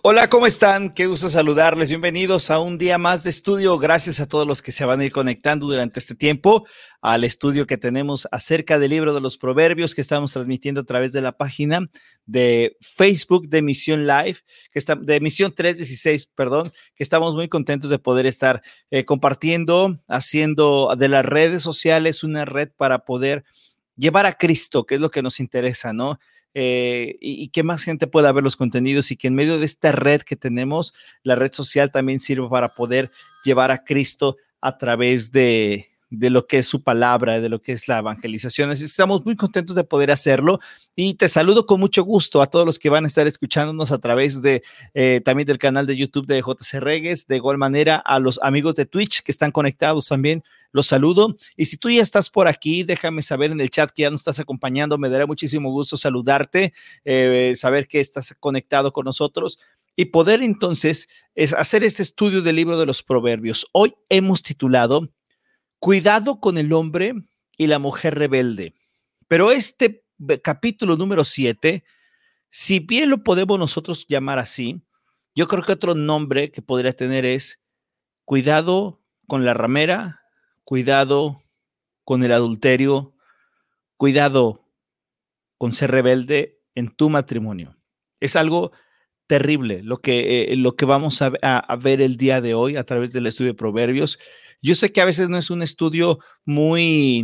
Hola, ¿cómo están? Qué gusto saludarles. Bienvenidos a un día más de estudio. Gracias a todos los que se van a ir conectando durante este tiempo al estudio que tenemos acerca del libro de los Proverbios que estamos transmitiendo a través de la página de Facebook de Misión Live, de Misión 316, perdón, que estamos muy contentos de poder estar compartiendo, haciendo de las redes sociales una red para poder llevar a Cristo, que es lo que nos interesa, ¿no? Y que más gente pueda ver los contenidos y que en medio de esta red que tenemos, la red social también sirve para poder llevar a Cristo a través de lo que es su palabra, de lo que es la evangelización. Así que estamos muy contentos de poder hacerlo y te saludo con mucho gusto a todos los que van a estar escuchándonos a través de también del canal de YouTube de JC Regues, de igual manera a los amigos de Twitch que están conectados también. Los saludo y si tú ya estás por aquí, déjame saber en el chat que ya nos estás acompañando, me dará muchísimo gusto saludarte, saber que estás conectado con nosotros y poder entonces hacer este estudio del libro de los Proverbios. Hoy hemos titulado Cuidado con el hombre y la mujer rebelde, pero este capítulo número 7, si bien lo podemos nosotros llamar así, yo creo que otro nombre que podría tener es Cuidado con la ramera, cuidado con el adulterio, cuidado con ser rebelde en tu matrimonio. Es algo terrible lo que vamos a ver el día de hoy a través del estudio de Proverbios. Yo sé que a veces no es un estudio muy,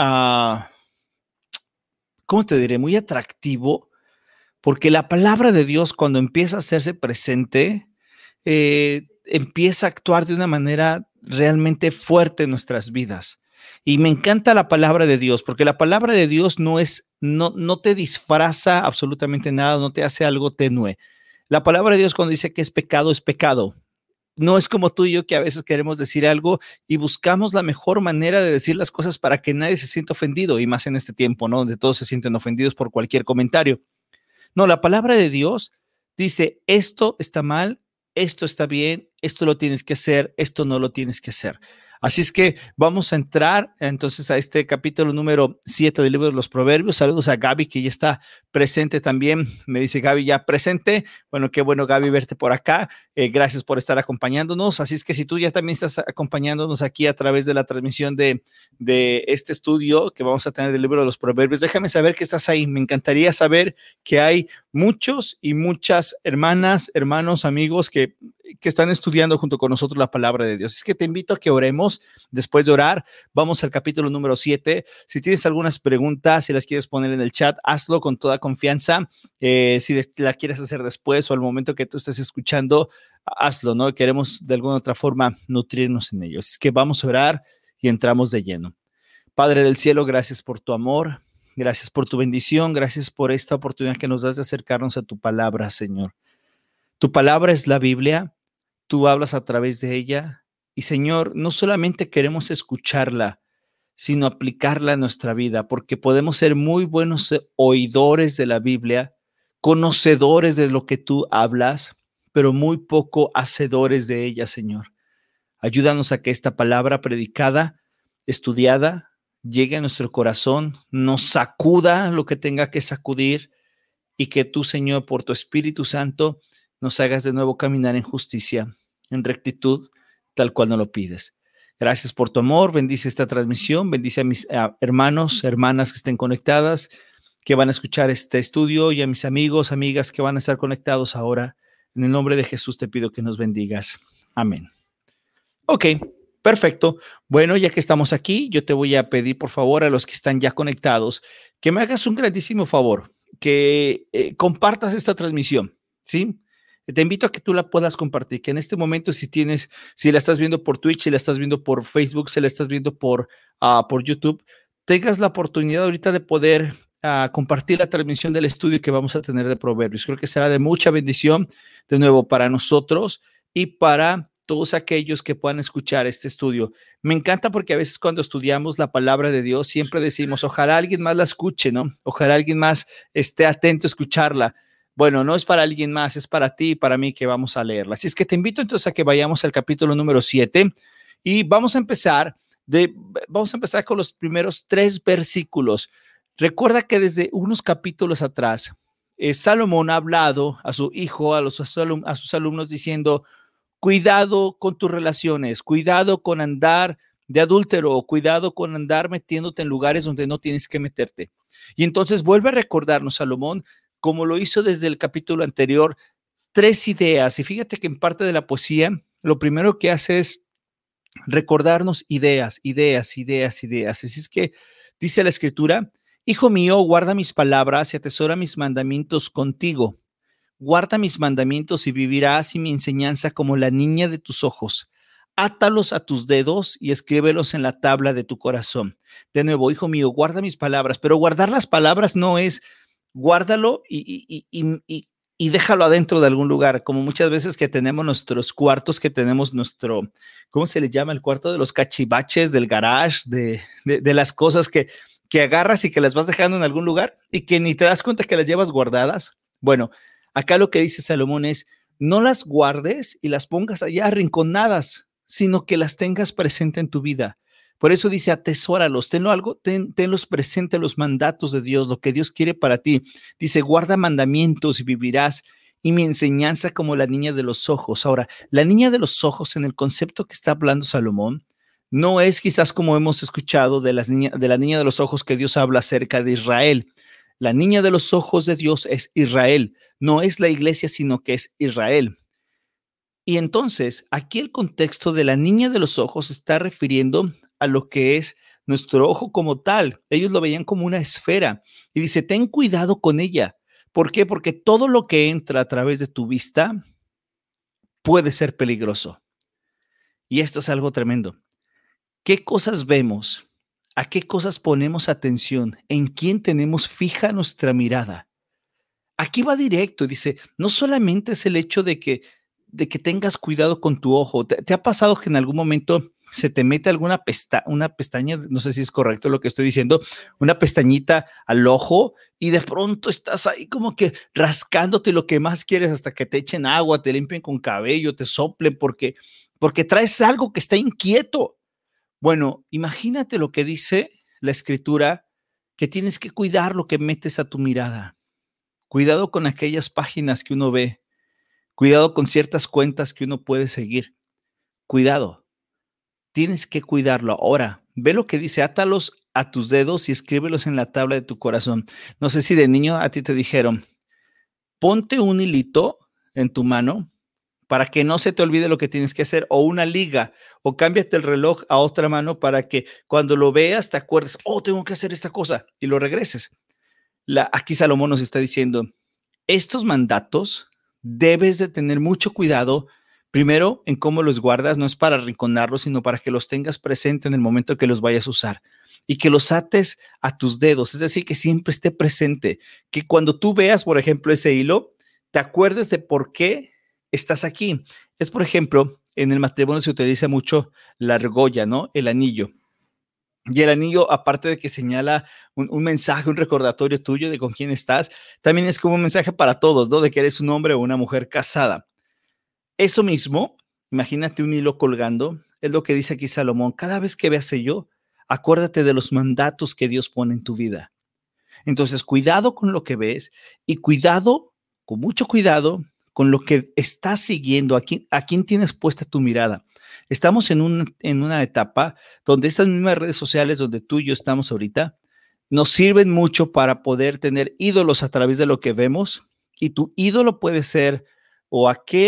¿cómo te diré? Muy atractivo, porque la palabra de Dios cuando empieza a hacerse presente, empieza a actuar de una manera realmente fuerte en nuestras vidas. Y me encanta la palabra de Dios, porque la palabra de Dios no te disfraza absolutamente nada, no te hace algo tenue. La palabra de Dios cuando dice que es pecado, es pecado. No es como tú y yo que a veces queremos decir algo y buscamos la mejor manera de decir las cosas para que nadie se sienta ofendido, y más en este tiempo, ¿no? Donde todos se sienten ofendidos por cualquier comentario. No, la palabra de Dios dice, esto está mal, esto está bien, esto lo tienes que hacer, esto no lo tienes que hacer. Así es que vamos a entrar entonces a este capítulo número 7 del libro de los Proverbios. Saludos a Gaby, que ya está presente también. Me dice Gaby, ya presente. Bueno, qué bueno, Gaby, verte por acá. Gracias por estar acompañándonos. Así es que si tú ya también estás acompañándonos aquí a través de la transmisión de este estudio que vamos a tener del libro de los Proverbios, déjame saber que estás ahí. Me encantaría saber que hay muchos y muchas hermanas, hermanos, amigos que están estudiando junto con nosotros la palabra de Dios. Es que te invito a que oremos. Después de orar, vamos al capítulo número 7. Si tienes algunas preguntas, si las quieres poner en el chat, hazlo con toda confianza. Si la quieres hacer después o al momento que tú estés escuchando, hazlo, ¿no? Queremos de alguna otra forma nutrirnos en ello. Es que vamos a orar y entramos de lleno. Padre del cielo, gracias por tu amor, gracias por tu bendición, gracias por esta oportunidad que nos das de acercarnos a tu palabra, Señor. Tu palabra es la Biblia, tú hablas a través de ella y, Señor, no solamente queremos escucharla, sino aplicarla a nuestra vida, porque podemos ser muy buenos oidores de la Biblia, conocedores de lo que tú hablas, pero muy poco hacedores de ella, Señor. Ayúdanos a que esta palabra predicada, estudiada, llegue a nuestro corazón, nos sacuda lo que tenga que sacudir y que tú, Señor, por tu Espíritu Santo, nos hagas de nuevo caminar en justicia, en rectitud, tal cual nos lo pides. Gracias por tu amor, bendice esta transmisión, bendice a mis hermanos, hermanas que estén conectadas, que van a escuchar este estudio, y a mis amigos, amigas que van a estar conectados ahora. En el nombre de Jesús te pido que nos bendigas. Amén. Ok, perfecto. Bueno, ya que estamos aquí, yo te voy a pedir, por favor, a los que están ya conectados, que me hagas un grandísimo favor, que compartas esta transmisión, ¿sí? Te invito a que tú la puedas compartir, que en este momento si la estás viendo por Twitch, si la estás viendo por Facebook, si la estás viendo por YouTube, tengas la oportunidad ahorita de poder compartir la transmisión del estudio que vamos a tener de Proverbios. Creo que será de mucha bendición, de nuevo, para nosotros y para todos aquellos que puedan escuchar este estudio. Me encanta porque a veces cuando estudiamos la palabra de Dios siempre decimos, ojalá alguien más la escuche, ¿no? Ojalá alguien más esté atento a escucharla. Bueno, no es para alguien más, es para ti y para mí que vamos a leerla. Así es que te invito entonces a que vayamos al capítulo número 7 y vamos a empezar con los primeros 3 versículos. Recuerda que desde unos capítulos atrás Salomón ha hablado a su hijo, a sus alumnos diciendo, cuidado con tus relaciones, cuidado con andar de adúltero, cuidado con andar metiéndote en lugares donde no tienes que meterte. Y entonces vuelve a recordarnos Salomón, como lo hizo desde el capítulo anterior, 3 ideas. Y fíjate que en parte de la poesía, lo primero que hace es recordarnos ideas, ideas, ideas, ideas. Así es que dice la escritura, hijo mío, guarda mis palabras y atesora mis mandamientos contigo. Guarda mis mandamientos y vivirás y mi enseñanza como la niña de tus ojos. Átalos a tus dedos y escríbelos en la tabla de tu corazón. De nuevo, hijo mío, guarda mis palabras, pero guardar las palabras no es guárdalo y déjalo adentro de algún lugar, como muchas veces que tenemos nuestros cuartos, que tenemos nuestro, ¿cómo se le llama? El cuarto de los cachivaches, del garage, de las cosas que agarras y que las vas dejando en algún lugar y que ni te das cuenta que las llevas guardadas. Bueno, acá lo que dice Salomón es, no las guardes y las pongas allá arrinconadas, sino que las tengas presente en tu vida. Por eso dice, atesóralos, tenlos presente los mandatos de Dios, lo que Dios quiere para ti. Dice, guarda mandamientos y vivirás, y mi enseñanza como la niña de los ojos. Ahora, la niña de los ojos, en el concepto que está hablando Salomón, no es quizás como hemos escuchado de la niña de los ojos que Dios habla acerca de Israel. La niña de los ojos de Dios es Israel, no es la iglesia, sino que es Israel. Y entonces, aquí el contexto de la niña de los ojos se está refiriendo a lo que es nuestro ojo como tal. Ellos lo veían como una esfera. Y dice, ten cuidado con ella. ¿Por qué? Porque todo lo que entra a través de tu vista puede ser peligroso. Y esto es algo tremendo. ¿Qué cosas vemos? ¿A qué cosas ponemos atención? ¿En quién tenemos fija nuestra mirada? Aquí va directo, dice, no solamente es el hecho de que tengas cuidado con tu ojo. ¿Te ha pasado que en algún momento se te mete una pestaña, no sé si es correcto lo que estoy diciendo, una pestañita al ojo y de pronto estás ahí como que rascándote lo que más quieres hasta que te echen agua, te limpien con cabello, te soplen porque traes algo que está inquieto? Bueno, imagínate lo que dice la escritura, que tienes que cuidar lo que metes a tu mirada. Cuidado con aquellas páginas que uno ve. Cuidado con ciertas cuentas que uno puede seguir. Cuidado. Tienes que cuidarlo. Ahora, ve lo que dice, átalos a tus dedos y escríbelos en la tabla de tu corazón. No sé si de niño a ti te dijeron, ponte un hilito en tu mano para que no se te olvide lo que tienes que hacer, o una liga, o cámbiate el reloj a otra mano para que cuando lo veas te acuerdes, oh, tengo que hacer esta cosa, y lo regreses. Aquí Salomón nos está diciendo, estos mandatos debes de tener mucho cuidado, primero en cómo los guardas, no es para arrinconarlos, sino para que los tengas presente en el momento que los vayas a usar y que los ates a tus dedos, es decir, que siempre esté presente, que cuando tú veas, por ejemplo, ese hilo, te acuerdes de por qué estás aquí. Es, por ejemplo, en el matrimonio se utiliza mucho la argolla, ¿no? El anillo. Y el anillo, aparte de que señala un mensaje, un recordatorio tuyo de con quién estás, también es como un mensaje para todos, ¿no? De que eres un hombre o una mujer casada. Eso mismo, imagínate un hilo colgando, es lo que dice aquí Salomón. Cada vez que veas ello, acuérdate de los mandatos que Dios pone en tu vida. Entonces, cuidado con lo que ves y cuidado, con mucho cuidado, con lo que estás siguiendo, a quién tienes puesta tu mirada. Estamos en una etapa donde estas mismas redes sociales donde tú y yo estamos ahorita nos sirven mucho para poder tener ídolos a través de lo que vemos, y tu ídolo puede ser o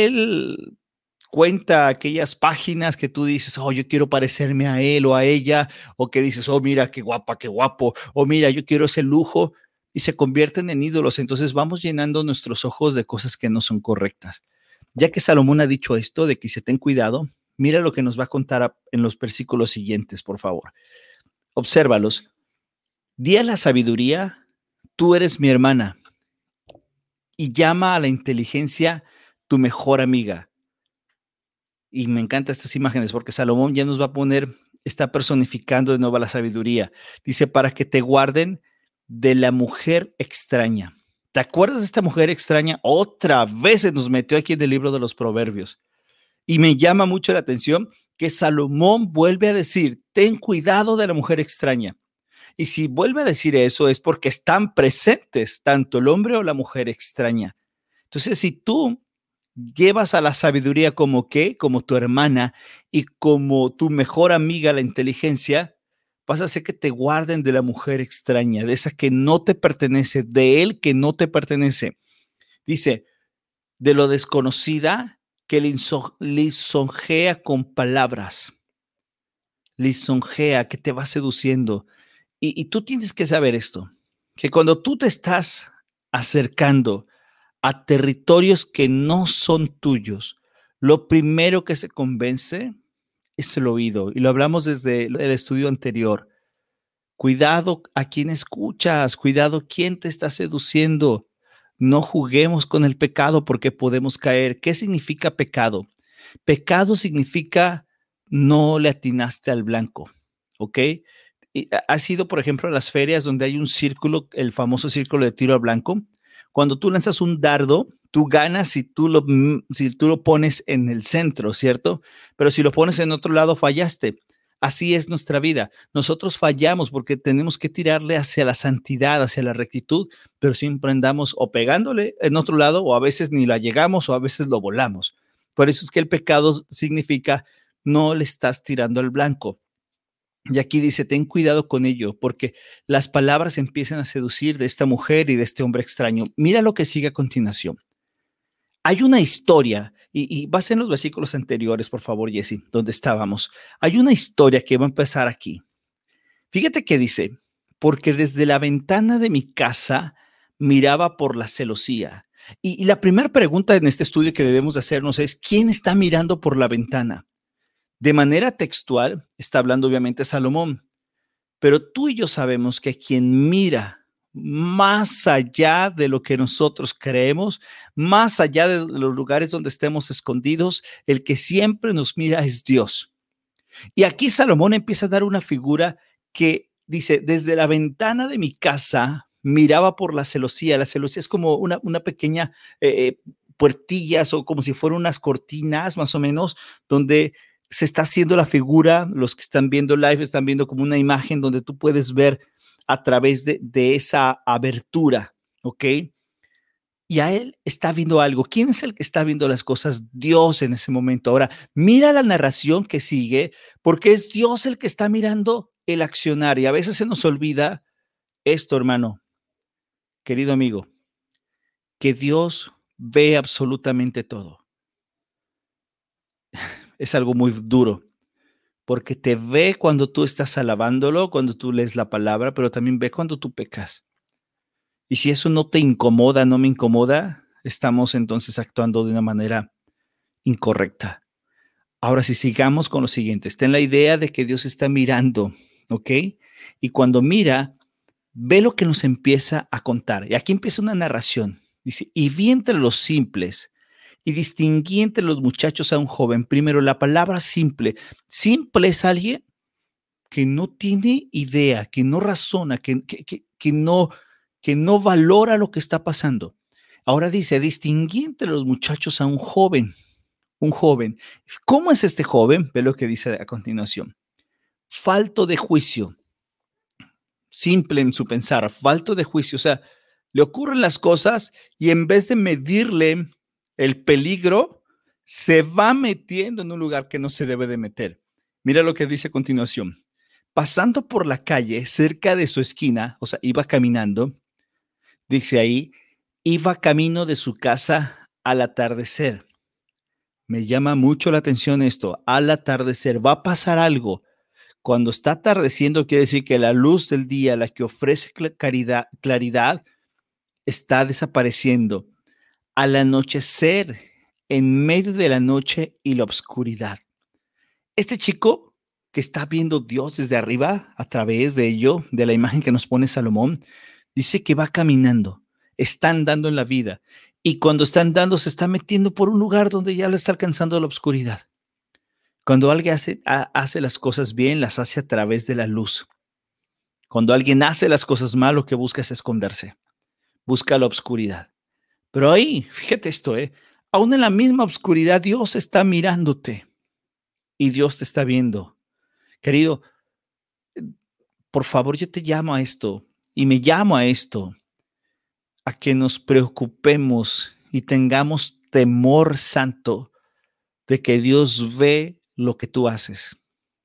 aquellas páginas que tú dices, oh, yo quiero parecerme a él o a ella, o que dices, oh, mira, qué guapa, qué guapo, o mira, yo quiero ese lujo, y se convierten en ídolos. Entonces vamos llenando nuestros ojos de cosas que no son correctas. Ya que Salomón ha dicho esto de que se ten cuidado, mira lo que nos va a contar en los versículos siguientes, por favor. Obsérvalos. Di a la sabiduría, tú eres mi hermana, y llama a la inteligencia tu mejor amiga. Y me encantan estas imágenes porque Salomón ya nos va a poner, está personificando de nuevo a la sabiduría. Dice, para que te guarden de la mujer extraña. ¿Te acuerdas de esta mujer extraña? Otra vez se nos metió aquí en el libro de los Proverbios. Y me llama mucho la atención que Salomón vuelve a decir, ten cuidado de la mujer extraña. Y si vuelve a decir eso es porque están presentes tanto el hombre o la mujer extraña. Entonces, si tú llevas a la sabiduría como qué, como tu hermana y como tu mejor amiga la inteligencia, vas a hacer que te guarden de la mujer extraña, de esa que no te pertenece, de él que no te pertenece. Dice, de lo desconocida que lisonjea con palabras, lisonjea, que te va seduciendo. Y tú tienes que saber esto, que cuando tú te estás acercando a territorios que no son tuyos, lo primero que se convence es el oído. Y lo hablamos desde el estudio anterior. Cuidado a quién escuchas, cuidado quién te está seduciendo. No juguemos con el pecado porque podemos caer. ¿Qué significa pecado? Pecado significa no le atinaste al blanco, ¿ok? Ha sido, por ejemplo, las ferias donde hay un círculo, el famoso círculo de tiro al blanco. Cuando tú lanzas un dardo, tú ganas si tú lo pones en el centro, ¿cierto? Pero si lo pones en otro lado, fallaste. Así es nuestra vida. Nosotros fallamos porque tenemos que tirarle hacia la santidad, hacia la rectitud, pero siempre andamos o pegándole en otro lado o a veces ni la llegamos o a veces lo volamos. Por eso es que el pecado significa no le estás tirando al blanco. Y aquí dice, ten cuidado con ello, porque las palabras empiezan a seducir de esta mujer y de este hombre extraño. Mira lo que sigue a continuación. Hay una historia, y vas en los versículos anteriores, por favor, Jesse, donde estábamos. Hay una historia que va a empezar aquí. Fíjate que dice, porque desde la ventana de mi casa miraba por la celosía. Y la primera pregunta en este estudio que debemos hacernos es, ¿quién está mirando por la ventana? De manera textual, está hablando obviamente Salomón, pero tú y yo sabemos que quien mira más allá de lo que nosotros creemos, más allá de los lugares donde estemos escondidos, el que siempre nos mira es Dios. Y aquí Salomón empieza a dar una figura que dice, desde la ventana de mi casa miraba por la celosía. La celosía es como una pequeña puertillas o como si fueran unas cortinas más o menos, donde se está haciendo la figura. Los que están viendo live están viendo como una imagen donde tú puedes ver a través de esa abertura, ¿ok? Y a él está viendo algo. ¿Quién es el que está viendo las cosas? Dios en ese momento. Ahora, mira la narración que sigue, porque es Dios el que está mirando el accionar. Y a veces se nos olvida esto, hermano, querido amigo, que Dios ve absolutamente todo. Es algo muy duro, porque te ve cuando tú estás alabándolo, cuando tú lees la palabra, pero también ve cuando tú pecas. Y si eso no te incomoda, no me incomoda, estamos entonces actuando de una manera incorrecta. Ahora sí, sigamos con lo siguiente. Está en la idea de que Dios está mirando, ¿ok? Y cuando mira, ve lo que nos empieza a contar. Y aquí empieza una narración. Dice, y vi entre los simples y distinguí entre los muchachos a un joven. Primero, la palabra simple. Simple es alguien que no tiene idea, que no razona, que no valora lo que está pasando. Ahora dice, distinguí entre los muchachos a un joven. Un joven. ¿Cómo es este joven? Ve lo que dice a continuación. Falto de juicio. Simple en su pensar, falto de juicio. O sea, le ocurren las cosas y en vez de medirle el peligro, se va metiendo en un lugar que no se debe de meter. Mira lo que dice a continuación. Pasando por la calle cerca de su esquina, o sea, iba caminando, dice ahí, iba camino de su casa al atardecer. Me llama mucho la atención esto, al atardecer. Va a pasar algo. Cuando está atardeciendo, quiere decir que la luz del día, la que ofrece claridad, está desapareciendo. Al anochecer, en medio de la noche y la oscuridad. Este chico que está viendo Dios desde arriba, a través de ello, de la imagen que nos pone Salomón, dice que va caminando, está andando en la vida. Y cuando está andando, se está metiendo por un lugar donde ya le está alcanzando la oscuridad. Cuando alguien hace las cosas bien, las hace a través de la luz. Cuando alguien hace las cosas mal, lo que busca es esconderse, busca la oscuridad. Pero ahí, fíjate esto, aún en la misma oscuridad, Dios está mirándote y Dios te está viendo. Querido, por favor, yo te llamo a esto y me llamo a esto, a que nos preocupemos y tengamos temor santo de que Dios ve lo que tú haces,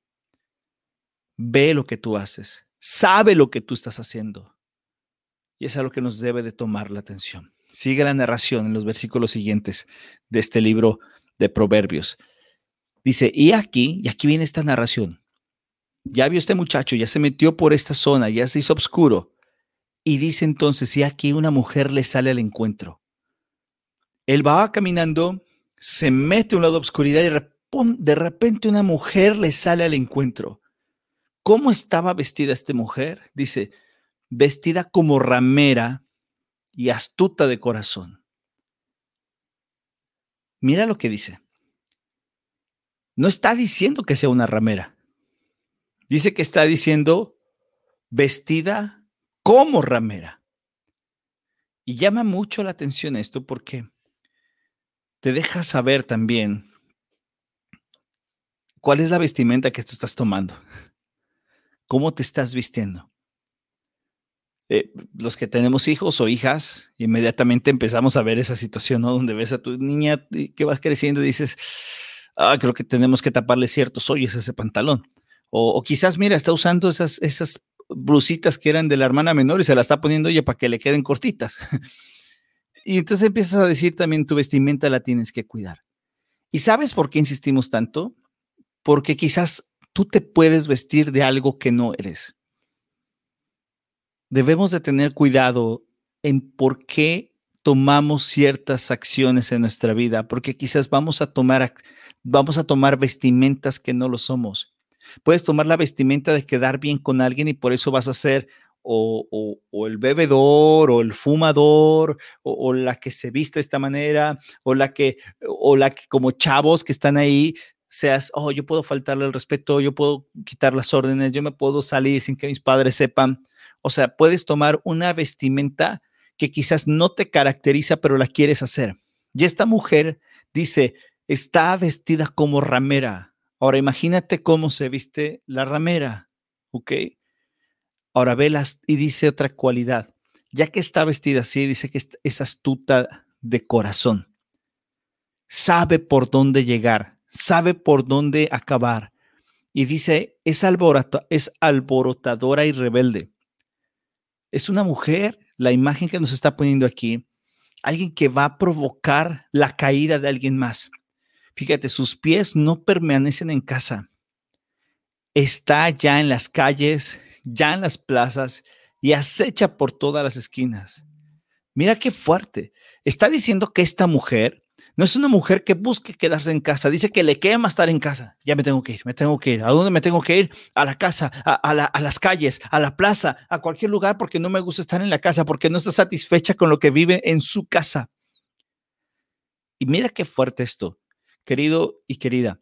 ve lo que tú haces, sabe lo que tú estás haciendo. Y es algo que nos debe de tomar la atención. Sigue la narración en los versículos siguientes de este libro de Proverbios. Dice, y aquí viene esta narración. Ya vio este muchacho, ya se metió por esta zona, ya se hizo oscuro. Y dice entonces, y aquí una mujer le sale al encuentro. Él va caminando, se mete a un lado de oscuridad y de repente una mujer le sale al encuentro. ¿Cómo estaba vestida esta mujer? Dice, vestida como ramera y astuta de corazón. Mira lo que dice. No está diciendo que sea una ramera. Dice que está diciendo vestida como ramera. Y llama mucho la atención esto porque te deja saber también cuál es la vestimenta que tú estás tomando. ¿Cómo te estás vistiendo? Los que tenemos hijos o hijas, inmediatamente empezamos a ver esa situación, ¿no? Donde ves a tu niña que vas creciendo y dices, creo que tenemos que taparle ciertos hoyos a ese pantalón. O quizás, mira, está usando esas blusitas que eran de la hermana menor y se la está poniendo ella para que le queden cortitas. Y entonces empiezas a decir también tu vestimenta la tienes que cuidar. ¿Y sabes por qué insistimos tanto? Porque quizás tú te puedes vestir de algo que no eres. Debemos de tener cuidado en por qué tomamos ciertas acciones en nuestra vida, porque quizás vamos a tomar vestimentas que no lo somos. Puedes tomar la vestimenta de quedar bien con alguien y por eso vas a ser o el bebedor o el fumador o la que se viste de esta manera o la que como chavos que están ahí seas, yo puedo faltarle el respeto, yo puedo quitar las órdenes, yo me puedo salir sin que mis padres sepan. O sea, puedes tomar una vestimenta que quizás no te caracteriza, pero la quieres hacer. Y esta mujer dice, está vestida como ramera. Ahora imagínate cómo se viste la ramera, ¿ok? Ahora velas y dice otra cualidad. Ya que está vestida así, dice que es astuta de corazón. Sabe por dónde llegar, sabe por dónde acabar. Y dice, es alborotadora y rebelde. Es una mujer, la imagen que nos está poniendo aquí, alguien que va a provocar la caída de alguien más. Fíjate, sus pies no permanecen en casa. Está ya en las calles, ya en las plazas y acecha por todas las esquinas. Mira qué fuerte. Está diciendo que esta mujer no es una mujer que busque quedarse en casa. Dice que le quema estar en casa. Ya me tengo que ir. ¿A dónde me tengo que ir? A la casa, a las calles, a la plaza, a cualquier lugar porque no me gusta estar en la casa, porque no está satisfecha con lo que vive en su casa. Y mira qué fuerte esto, querido y querida.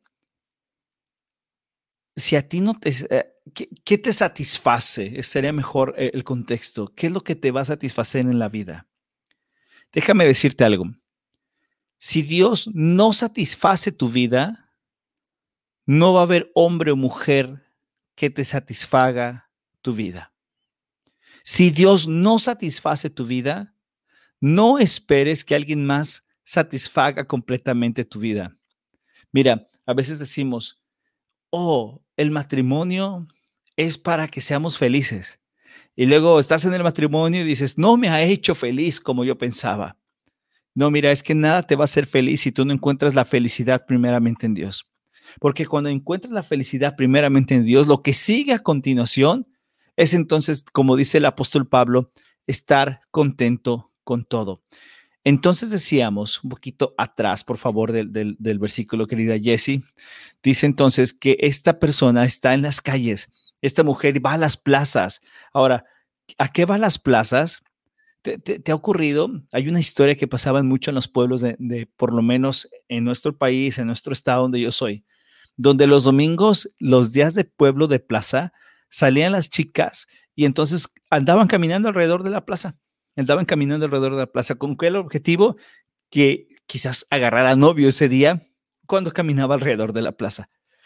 Si a ti no te... ¿qué te satisface? Sería mejor el contexto. ¿Qué es lo que te va a satisfacer en la vida? Déjame decirte algo. Si Dios no satisface tu vida, no va a haber hombre o mujer que te satisfaga tu vida. Si Dios no satisface tu vida, no esperes que alguien más satisfaga completamente tu vida. Mira, a veces decimos, el matrimonio es para que seamos felices. Y luego estás en el matrimonio y dices, no me ha hecho feliz como yo pensaba. No, mira, es que nada te va a hacer feliz si tú no encuentras la felicidad primeramente en Dios. Porque cuando encuentras la felicidad primeramente en Dios, lo que sigue a continuación es entonces, como dice el apóstol Pablo, estar contento con todo. Entonces decíamos, un poquito atrás, por favor, del versículo, querida Jessie, dice entonces que esta persona está en las calles, esta mujer va a las plazas. Ahora, ¿a qué va a las plazas? ¿Te ha ocurrido? Hay una historia que pasaba mucho en los pueblos por lo menos en nuestro país, en nuestro estado donde yo soy, donde los domingos, los días de pueblo de plaza, salían las chicas y entonces andaban caminando alrededor de la plaza. Andaban caminando alrededor de la plaza. ¿Con qué el objetivo? Que quizás agarrara novio ese día cuando caminaba alrededor de la plaza.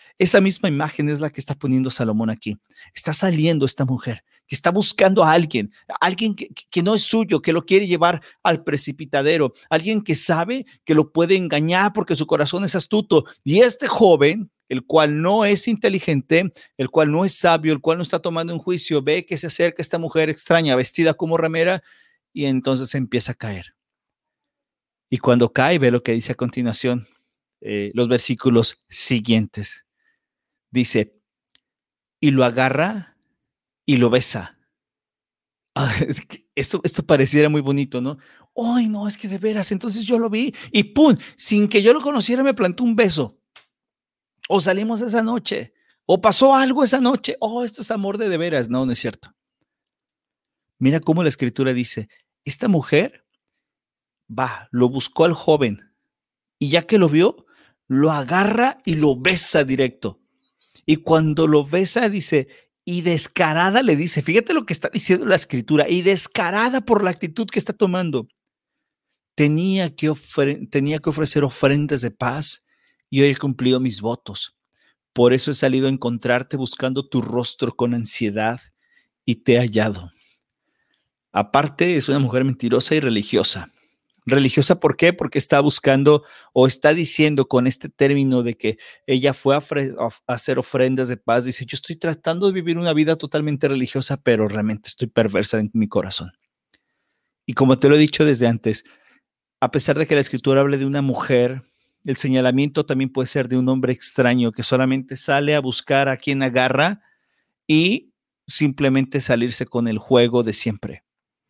Esa misma imagen es la que está poniendo Salomón aquí. Está saliendo esta mujer que está buscando a alguien que no es suyo, que lo quiere llevar al precipitadero, alguien que sabe que lo puede engañar porque su corazón es astuto. Y este joven, el cual no es inteligente, el cual no es sabio, el cual no está tomando un juicio, ve que se acerca esta mujer extraña, vestida como ramera, y entonces empieza a caer. Y cuando cae, ve lo que dice a continuación, los versículos siguientes. Dice, y lo agarra y lo besa. Esto pareciera muy bonito, ¿no? Ay, no, es que de veras, entonces yo lo vi y ¡pum! Sin que yo lo conociera me plantó un beso. O salimos esa noche, o pasó algo esa noche. Oh, esto es amor de veras. No, no es cierto. Mira cómo la escritura dice, esta mujer lo buscó al joven y ya que lo vio, lo agarra y lo besa directo. Y cuando lo besa, dice, y descarada le dice, fíjate lo que está diciendo la escritura, y descarada por la actitud que está tomando, tenía que ofrecer ofrendas de paz y hoy he cumplido mis votos. Por eso he salido a encontrarte buscando tu rostro con ansiedad y te he hallado. Aparte, es una mujer mentirosa y religiosa. ¿Religiosa por qué? Porque está buscando o está diciendo con este término de que ella fue a hacer ofrendas de paz. Dice, yo estoy tratando de vivir una vida totalmente religiosa, pero realmente estoy perversa en mi corazón. Y como te lo he dicho desde antes, a pesar de que la escritura hable de una mujer, el señalamiento también puede ser de un hombre extraño que solamente sale a buscar a quien agarra y simplemente salirse con el juego de siempre.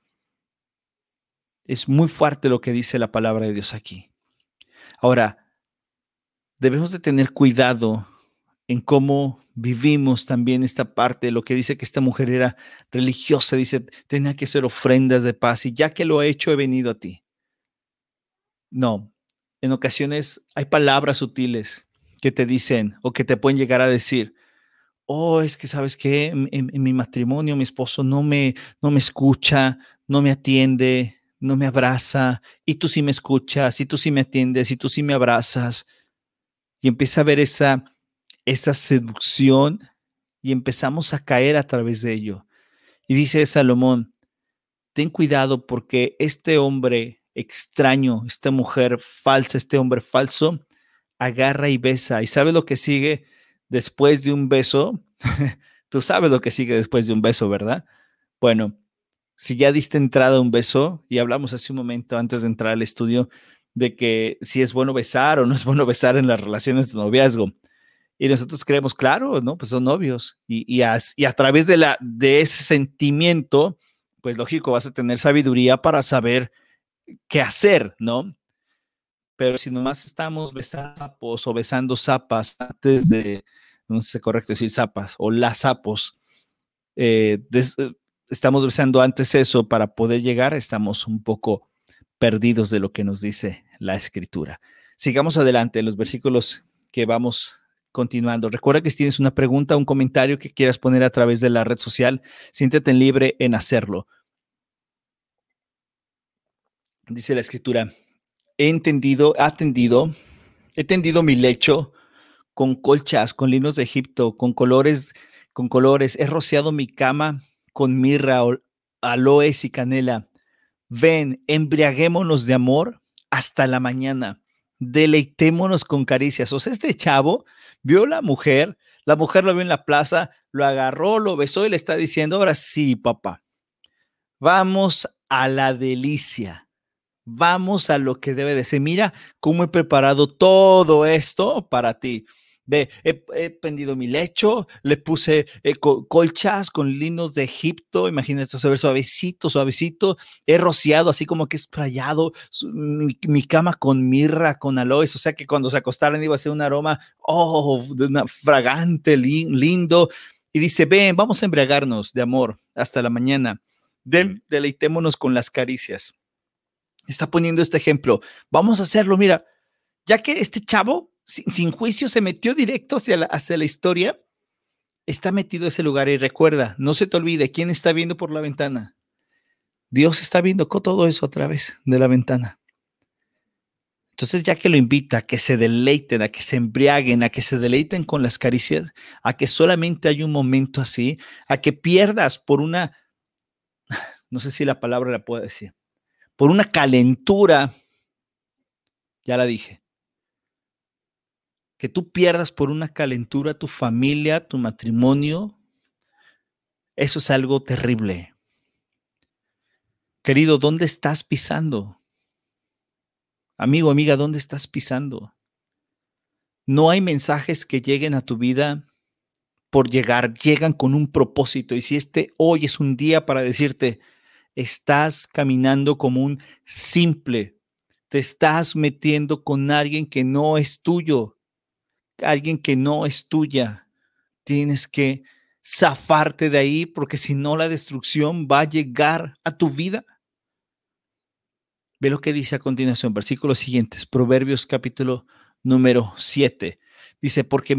Es muy fuerte lo que dice la palabra de Dios aquí. Ahora, debemos de tener cuidado en cómo vivimos también esta parte de lo que dice que esta mujer era religiosa. Dice, tenía que hacer ofrendas de paz y ya que lo he hecho, he venido a ti. No, en ocasiones hay palabras sutiles que te dicen o que te pueden llegar a decir, oh, es que sabes que en mi matrimonio mi esposo no me escucha, no me atiende, no me abraza, y tú sí me escuchas, y tú sí me atiendes, y tú sí me abrazas. Y empieza a ver esa seducción y empezamos a caer a través de ello. Y dice Salomón, ten cuidado porque este hombre extraño, esta mujer falsa, este hombre falso, agarra y besa. ¿Y sabes lo que sigue después de un beso? Tú sabes lo que sigue después de un beso, ¿verdad? Bueno, si ya diste entrada a un beso, y hablamos hace un momento antes de entrar al estudio, de que si es bueno besar o no es bueno besar en las relaciones de noviazgo. Y nosotros creemos, claro, ¿no? Pues son novios. Y a través de ese sentimiento, pues lógico, vas a tener sabiduría para saber qué hacer, ¿no? Pero si nomás estamos besando sapos o besando zapas antes de, no sé si es correcto decir zapas o las sapos, estamos besando antes eso para poder llegar, estamos un poco perdidos de lo que nos dice la escritura. Sigamos adelante en los versículos que vamos continuando. Recuerda que si tienes una pregunta, un comentario que quieras poner a través de la red social, siéntete libre en hacerlo. Dice la escritura, he tendido mi lecho con colchas, con linos de Egipto, con colores, he rociado mi cama con mirra, aloes y canela. Ven, embriaguémonos de amor hasta la mañana, deleitémonos con caricias. O sea, este chavo vio a la mujer lo vio en la plaza, lo agarró, lo besó y le está diciendo, ahora sí, papá, vamos a la delicia. Vamos a lo que debe de ser. Mira cómo he preparado todo esto para ti. Ve, he pendido mi lecho, le puse colchas con linos de Egipto. Imagínate, suavecito, suavecito. He rociado, así como que sprayado mi cama con mirra, con aloes. O sea que cuando se acostaran iba a ser un aroma, de una fragante, lindo. Y dice, ven, vamos a embriagarnos de amor hasta la mañana. Deleitémonos con las caricias. Está poniendo este ejemplo. Vamos a hacerlo, mira, ya que este chavo sin juicio se metió directo hacia la historia, está metido a ese lugar y recuerda, no se te olvide, ¿quién está viendo por la ventana? Dios está viendo con todo eso a través de la ventana. Entonces, ya que lo invita a que se deleiten, a que se embriaguen, a que se deleiten con las caricias, a que solamente hay un momento así, a que pierdas por una, no sé si la palabra la puedo decir, por una calentura, ya la dije, que tú pierdas por una calentura tu familia, tu matrimonio, eso es algo terrible. Querido, ¿dónde estás pisando? Amigo, amiga, ¿dónde estás pisando? No hay mensajes que lleguen a tu vida por llegar, llegan con un propósito. Y si hoy es un día para decirte, estás caminando como un simple, te estás metiendo con alguien que no es tuyo, alguien que no es tuya. Tienes que zafarte de ahí porque si no la destrucción va a llegar a tu vida. Ve lo que dice a continuación, versículos siguientes, Proverbios capítulo número 7. Dice, porque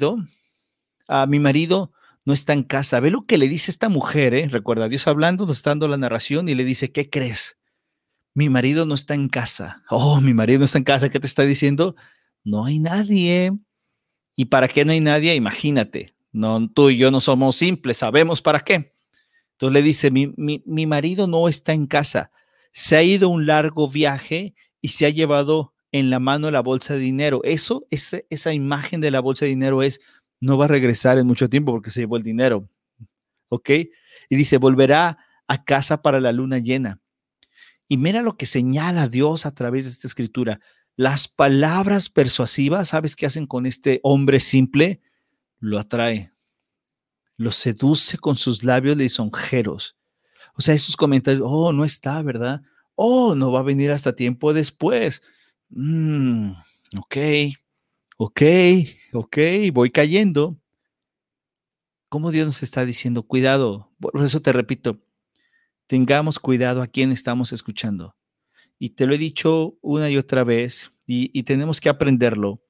mi marido no está en casa. Ve lo que le dice esta mujer, ¿eh? Recuerda, Dios hablando, nos está dando la narración y le dice, ¿qué crees? Mi marido no está en casa. Oh, mi marido no está en casa. ¿Qué te está diciendo? No hay nadie. ¿Y para qué no hay nadie? Imagínate, no, tú y yo no somos simples, sabemos para qué. Entonces le dice, mi marido no está en casa, se ha ido a un largo viaje y se ha llevado en la mano la bolsa de dinero. Esa imagen de la bolsa de dinero es, no va a regresar en mucho tiempo porque se llevó el dinero, ¿ok? Y dice, volverá a casa para la luna llena. Y mira lo que señala Dios a través de esta escritura. Las palabras persuasivas, ¿sabes qué hacen con este hombre simple? Lo atrae, lo seduce con sus labios lisonjeros. O sea, esos comentarios, oh, no está, ¿verdad? Oh, no va a venir hasta tiempo después. Mm, ok, ok, ok, voy cayendo. ¿Cómo Dios nos está diciendo? Cuidado. Por eso te repito, tengamos cuidado a quién estamos escuchando. Y te lo he dicho una y otra vez, y tenemos que aprenderlo.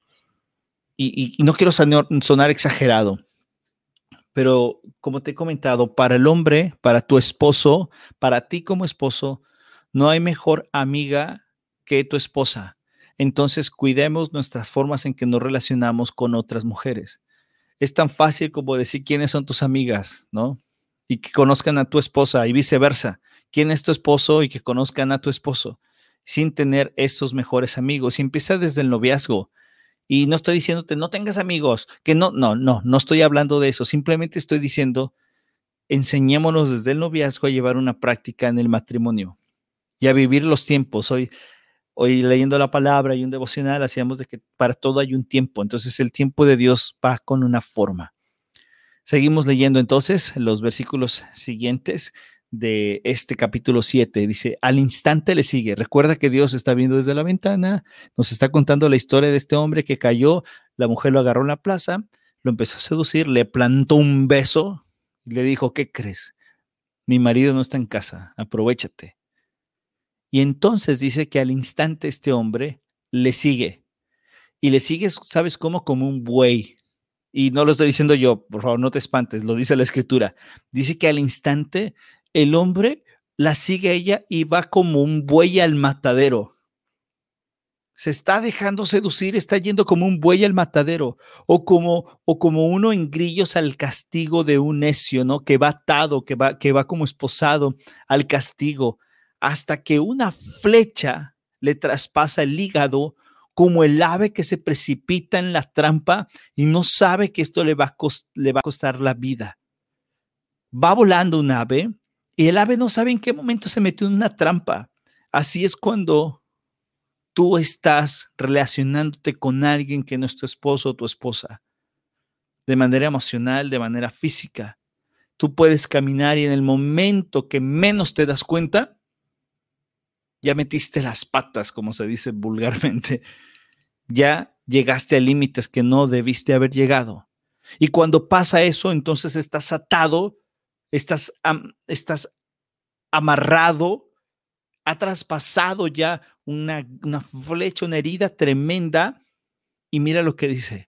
Y no quiero sonar exagerado, pero como te he comentado, para el hombre, para tu esposo, para ti como esposo, no hay mejor amiga que tu esposa. Entonces, cuidemos nuestras formas en que nos relacionamos con otras mujeres. Es tan fácil como decir quiénes son tus amigas, ¿no? Y que conozcan a tu esposa y viceversa. ¿Quién es tu esposo y que conozcan a tu esposo? Sin tener esos mejores amigos. Y empieza desde el noviazgo. Y no estoy diciéndote, no tengas amigos, que no estoy hablando de eso. Simplemente estoy diciendo, enseñémonos desde el noviazgo a llevar una práctica en el matrimonio y a vivir los tiempos. Hoy leyendo la palabra y un devocional, hacíamos de que para todo hay un tiempo. Entonces el tiempo de Dios va con una forma. Seguimos leyendo entonces los versículos siguientes de este capítulo 7. Dice, al instante le sigue. Recuerda que Dios está viendo desde la ventana, nos está contando la historia de este hombre que cayó, la mujer lo agarró en la plaza, lo empezó a seducir, le plantó un beso y le dijo, ¿qué crees? Mi marido no está en casa, aprovéchate. Y entonces dice que al instante este hombre le sigue. Y le sigue, ¿sabes cómo? Como un buey. Y no lo estoy diciendo yo, por favor, no te espantes, lo dice la escritura. Dice que al instante el hombre la sigue a ella y va como un buey al matadero. Se está dejando seducir, está yendo como un buey al matadero o como uno en grillos al castigo de un necio, ¿no? Que va atado, que va como esposado al castigo, hasta que una flecha le traspasa el hígado, como el ave que se precipita en la trampa y no sabe que esto le va a costar la vida. Va volando un ave y el ave no sabe en qué momento se metió en una trampa. Así es cuando tú estás relacionándote con alguien que no es tu esposo o tu esposa, de manera emocional, de manera física. Tú puedes caminar y en el momento que menos te das cuenta, ya metiste las patas, como se dice vulgarmente. Ya llegaste a límites que no debiste haber llegado. Y cuando pasa eso, entonces estás atado, estás amarrado, ha traspasado ya una flecha, una herida tremenda. Y mira lo que dice,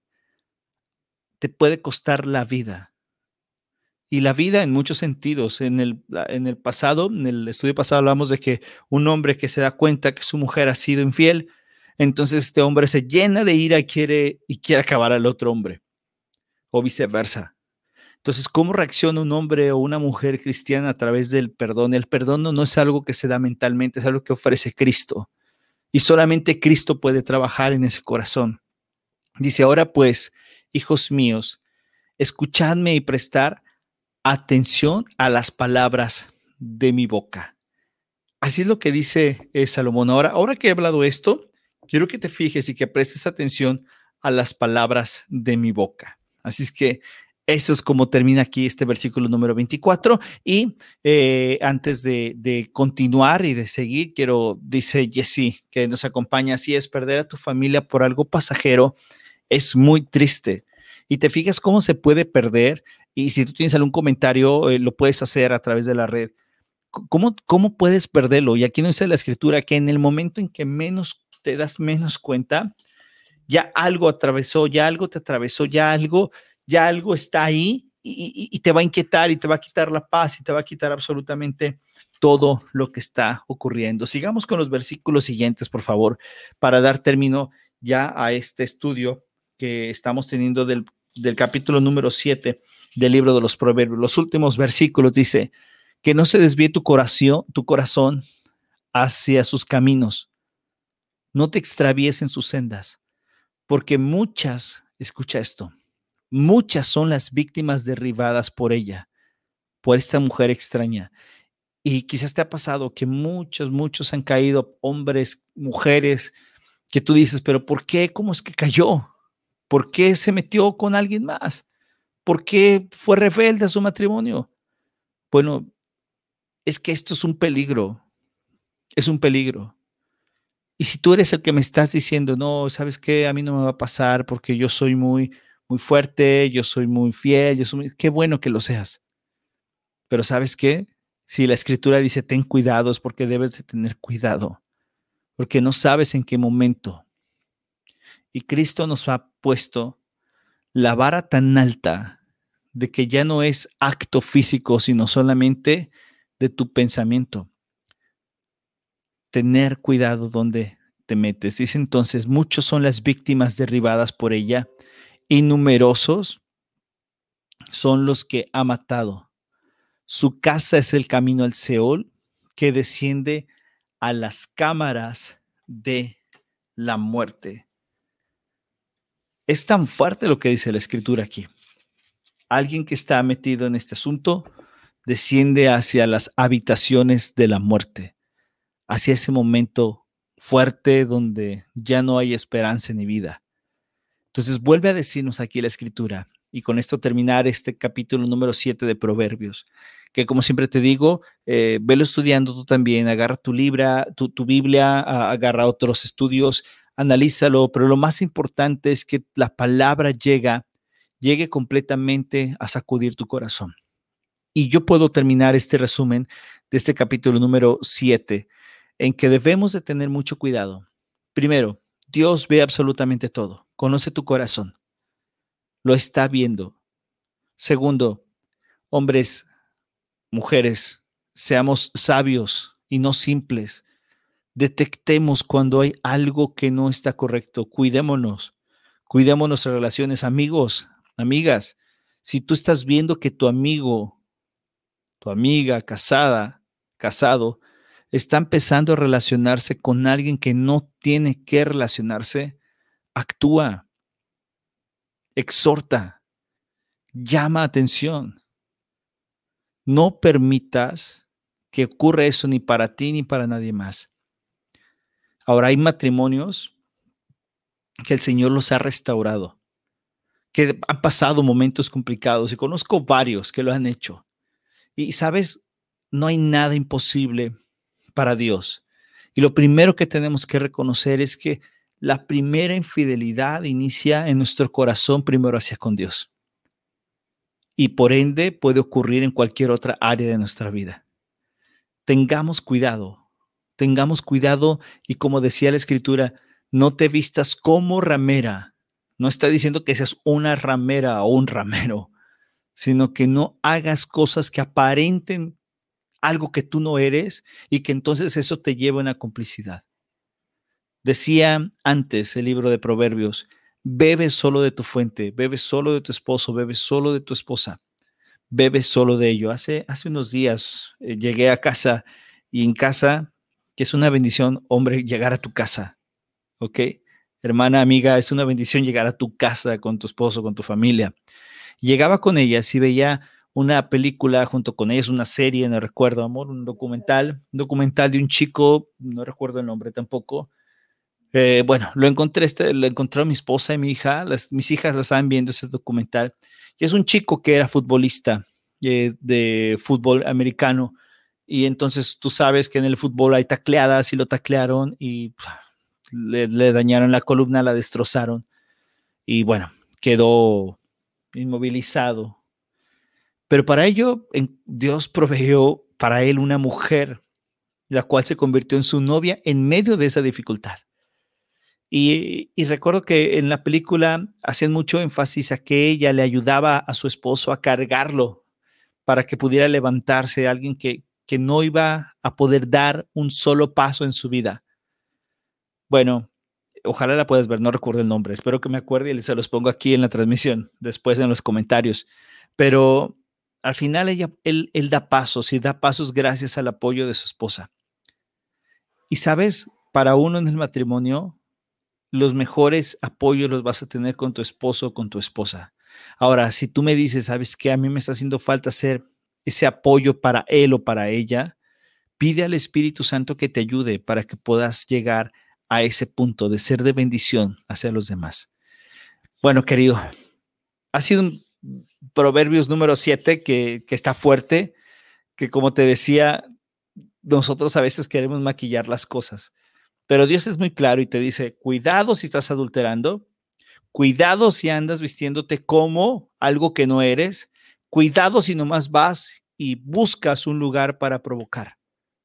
te puede costar la vida. Y la vida en muchos sentidos. En el pasado, en el estudio pasado hablamos de que un hombre que se da cuenta que su mujer ha sido infiel, Entonces este hombre se llena de ira y quiere acabar al otro hombre, o viceversa. Entonces, ¿cómo reacciona un hombre o una mujer cristiana a través del perdón? El perdón no es algo que se da mentalmente, es algo que ofrece Cristo. Y solamente Cristo puede trabajar en ese corazón. Dice, ahora pues, hijos míos, escuchadme y prestar atención a las palabras de mi boca. Así es lo que dice Salomón. Ahora que he hablado esto, quiero que te fijes y que prestes atención a las palabras de mi boca. Así es que eso es como termina aquí este versículo número 24. Y antes de continuar y de seguir, dice Jessy, que nos acompaña, así es, perder a tu familia por algo pasajero es muy triste. Y te fijas cómo se puede perder. Y si tú tienes algún comentario, lo puedes hacer a través de la red. ¿Cómo puedes perderlo? Y aquí nos dice la escritura que en el momento en que menos te das menos cuenta, ya algo atravesó, ya algo te atravesó, ya algo está ahí y te va a inquietar y te va a quitar la paz y te va a quitar absolutamente todo lo que está ocurriendo. Sigamos con los versículos siguientes, por favor, para dar término ya a este estudio que estamos teniendo del capítulo número 7 del libro de los Proverbios. Los últimos versículos dice, que no se desvíe tu corazón hacia sus caminos, no te extravíes en sus sendas, porque escucha esto, muchas son las víctimas derribadas por ella, por esta mujer extraña. Y quizás te ha pasado que muchos han caído, hombres, mujeres, que tú dices, pero ¿por qué? ¿Cómo es que cayó? ¿Por qué se metió con alguien más? ¿Por qué fue rebelde a su matrimonio? Bueno, es que esto es un peligro. Y si tú eres el que me estás diciendo, no, ¿sabes qué? A mí no me va a pasar porque yo soy muy fuerte, yo soy muy fiel, qué bueno que lo seas. Pero ¿sabes qué? Si la escritura dice, ten cuidado, es porque debes de tener cuidado, porque no sabes en qué momento. Y Cristo nos ha puesto la vara tan alta de que ya no es acto físico, sino solamente de tu pensamiento. Tener cuidado donde te metes. Dice entonces, muchos son las víctimas derribadas por ella y numerosos son los que ha matado. Su casa es el camino al Seol que desciende a las cámaras de la muerte. Es tan fuerte lo que dice la escritura aquí. Alguien que está metido en este asunto desciende hacia las habitaciones de la muerte, hacia ese momento fuerte donde ya no hay esperanza ni vida. Entonces vuelve a decirnos aquí la escritura, y con esto terminar este capítulo número 7 de Proverbios, que como siempre te digo, velo estudiando tú también, agarra tu Biblia, agarra otros estudios, analízalo, pero lo más importante es que la palabra llegue completamente a sacudir tu corazón. Y yo puedo terminar este resumen de este capítulo número 7 en que debemos de tener mucho cuidado. Primero, Dios ve absolutamente todo, conoce tu corazón, lo está viendo. Segundo, hombres, mujeres, seamos sabios y no simples. Detectemos cuando hay algo que no está correcto. Cuidemos nuestras relaciones, amigos, amigas. Si tú estás viendo que tu amigo, tu amiga casado, está empezando a relacionarse con alguien que no tiene que relacionarse, actúa, exhorta, llama atención. No permitas que ocurra eso ni para ti ni para nadie más. Ahora hay matrimonios que el Señor los ha restaurado, que han pasado momentos complicados y conozco varios que lo han hecho. Y sabes, no hay nada imposible para Dios. Y lo primero que tenemos que reconocer es que la primera infidelidad inicia en nuestro corazón primero hacia con Dios. Y por ende puede ocurrir en cualquier otra área de nuestra vida. Tengamos cuidado y como decía la escritura, no te vistas como ramera. No está diciendo que seas una ramera o un ramero, sino que no hagas cosas que aparenten algo que tú no eres y que entonces eso te lleve a una complicidad. Decía antes el libro de Proverbios, bebe solo de tu fuente, bebe solo de tu esposo, bebe solo de tu esposa, bebe solo de ello. Hace unos días llegué a casa y en casa, que es una bendición, hombre, llegar a tu casa, ¿ok? Hermana, amiga, es una bendición llegar a tu casa con tu esposo, con tu familia. Llegaba con ellas y veía una película junto con ellas, una serie, no recuerdo, amor, un documental de un chico, no recuerdo el nombre tampoco. Bueno, lo encontraron mi esposa y mi hija, mis hijas la estaban viendo ese documental, y es un chico que era futbolista de fútbol americano, y entonces tú sabes que en el fútbol hay tacleadas y lo taclearon y le dañaron la columna, la destrozaron, y bueno, quedó inmovilizado. Pero para ello, Dios proveyó para él una mujer, la cual se convirtió en su novia en medio de esa dificultad. Y recuerdo que en la película hacían mucho énfasis a que ella le ayudaba a su esposo a cargarlo para que pudiera levantarse, alguien que no iba a poder dar un solo paso en su vida. Bueno, ojalá la puedas ver, no recuerdo el nombre, espero que me acuerde y se los pongo aquí en la transmisión, después en los comentarios. Pero al final él da pasos y da pasos gracias al apoyo de su esposa. Y sabes, para uno en el matrimonio, los mejores apoyos los vas a tener con tu esposo o con tu esposa. Ahora, si tú me dices, ¿sabes qué? A mí me está haciendo falta hacer ese apoyo para él o para ella, pide al Espíritu Santo que te ayude para que puedas llegar a ese punto de ser de bendición hacia los demás. Bueno, querido, ha sido un Proverbios número 7 que está fuerte, que como te decía, nosotros a veces queremos maquillar las cosas, pero Dios es muy claro y te dice, cuidado si estás adulterando, cuidado si andas vistiéndote como algo que no eres, cuidado si nomás vas y buscas un lugar para provocar,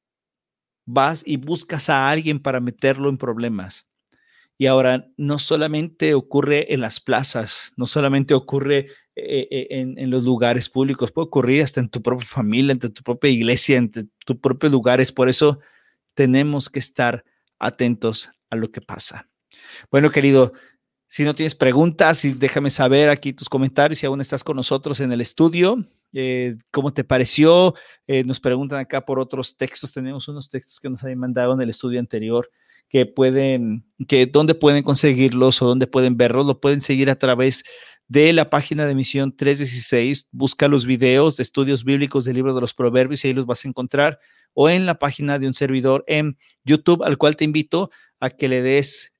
vas y buscas a alguien para meterlo en problemas. Y ahora no solamente ocurre en las plazas, no solamente ocurre en los lugares públicos, puede ocurrir hasta en tu propia familia, en tu propia iglesia, en tus propios lugares. Por eso tenemos que estar atentos a lo que pasa. Bueno, querido, si no tienes preguntas, déjame saber aquí tus comentarios si aún estás con nosotros en el estudio. ¿Cómo te pareció? Nos preguntan acá por otros textos. Tenemos unos textos que nos habían mandado en el estudio anterior que dónde pueden conseguirlos o dónde pueden verlos. Lo pueden seguir a través de la página de Misión 316. Busca los videos de estudios bíblicos del libro de los Proverbios y ahí los vas a encontrar, o en la página de un servidor en YouTube, al cual te invito a que le des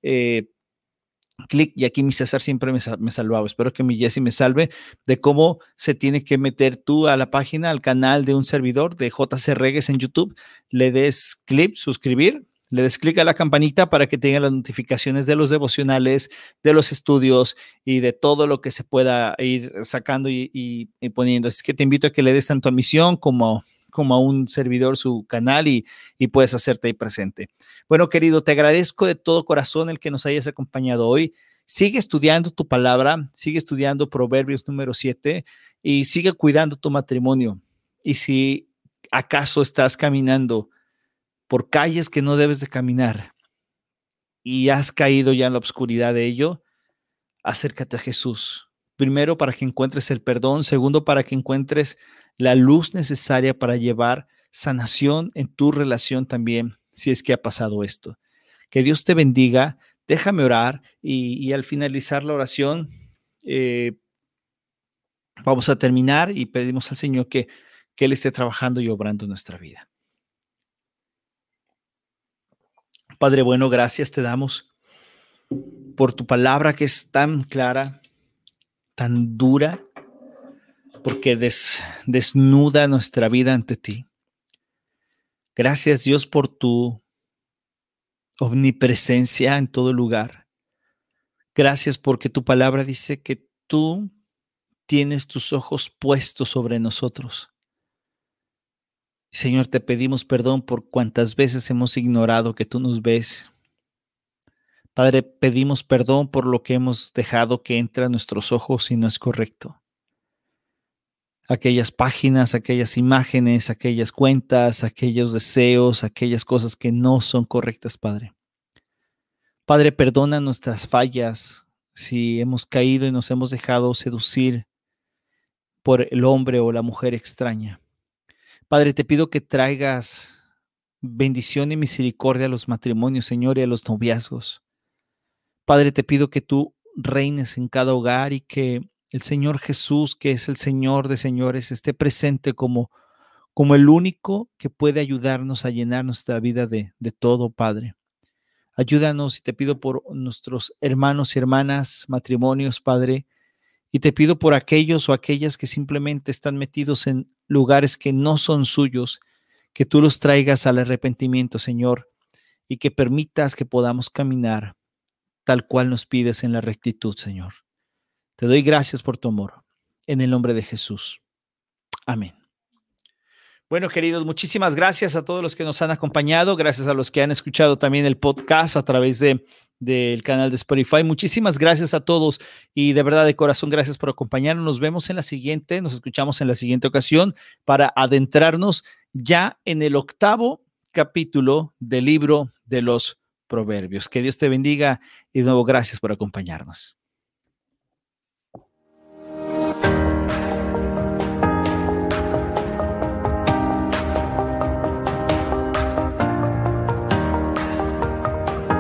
clic, y aquí mi César siempre me salvaba, espero que mi Jesse me salve, de cómo se tiene que meter tú a la página, al canal de un servidor de JC Regues en YouTube, le des clic, suscribir, le des clic a la campanita para que tenga las notificaciones de los devocionales, de los estudios y de todo lo que se pueda ir sacando y poniendo. Así que te invito a que le des tanto a Misión como a un servidor su canal y puedes hacerte ahí presente. Bueno, querido, te agradezco de todo corazón el que nos hayas acompañado hoy. Sigue estudiando tu palabra, sigue estudiando Proverbios número 7 y sigue cuidando tu matrimonio. Y si acaso estás caminando por calles que no debes de caminar y has caído ya en la oscuridad de ello, acércate a Jesús. Primero, para que encuentres el perdón. Segundo, para que encuentres la luz necesaria para llevar sanación en tu relación también, si es que ha pasado esto. Que Dios te bendiga. Déjame orar y al finalizar la oración, vamos a terminar y pedimos al Señor que Él esté trabajando y obrando en nuestra vida. Padre bueno, gracias te damos por tu palabra que es tan clara, tan dura, porque desnuda nuestra vida ante ti. Gracias, Dios, por tu omnipresencia en todo lugar. Gracias porque tu palabra dice que tú tienes tus ojos puestos sobre nosotros. Señor, te pedimos perdón por cuantas veces hemos ignorado que tú nos ves. Padre, pedimos perdón por lo que hemos dejado que entre a nuestros ojos y no es correcto. Aquellas páginas, aquellas imágenes, aquellas cuentas, aquellos deseos, aquellas cosas que no son correctas, Padre. Padre, perdona nuestras fallas si hemos caído y nos hemos dejado seducir por el hombre o la mujer extraña. Padre, te pido que traigas bendición y misericordia a los matrimonios, Señor, y a los noviazgos. Padre, te pido que tú reines en cada hogar y que el Señor Jesús, que es el Señor de señores, esté presente como el único que puede ayudarnos a llenar nuestra vida de todo, Padre. Ayúdanos y te pido por nuestros hermanos y hermanas, matrimonios, Padre, y te pido por aquellos o aquellas que simplemente están metidos en lugares que no son suyos, que tú los traigas al arrepentimiento, Señor, y que permitas que podamos caminar tal cual nos pides en la rectitud, Señor. Te doy gracias por tu amor. En el nombre de Jesús. Amén. Bueno, queridos, muchísimas gracias a todos los que nos han acompañado, gracias a los que han escuchado también el podcast a través del canal de Spotify. Muchísimas gracias a todos y de verdad de corazón gracias por acompañarnos. Nos vemos en la siguiente, nos escuchamos en la siguiente ocasión para adentrarnos ya en el 8º capítulo del libro de los Proverbios. Que Dios te bendiga y de nuevo gracias por acompañarnos.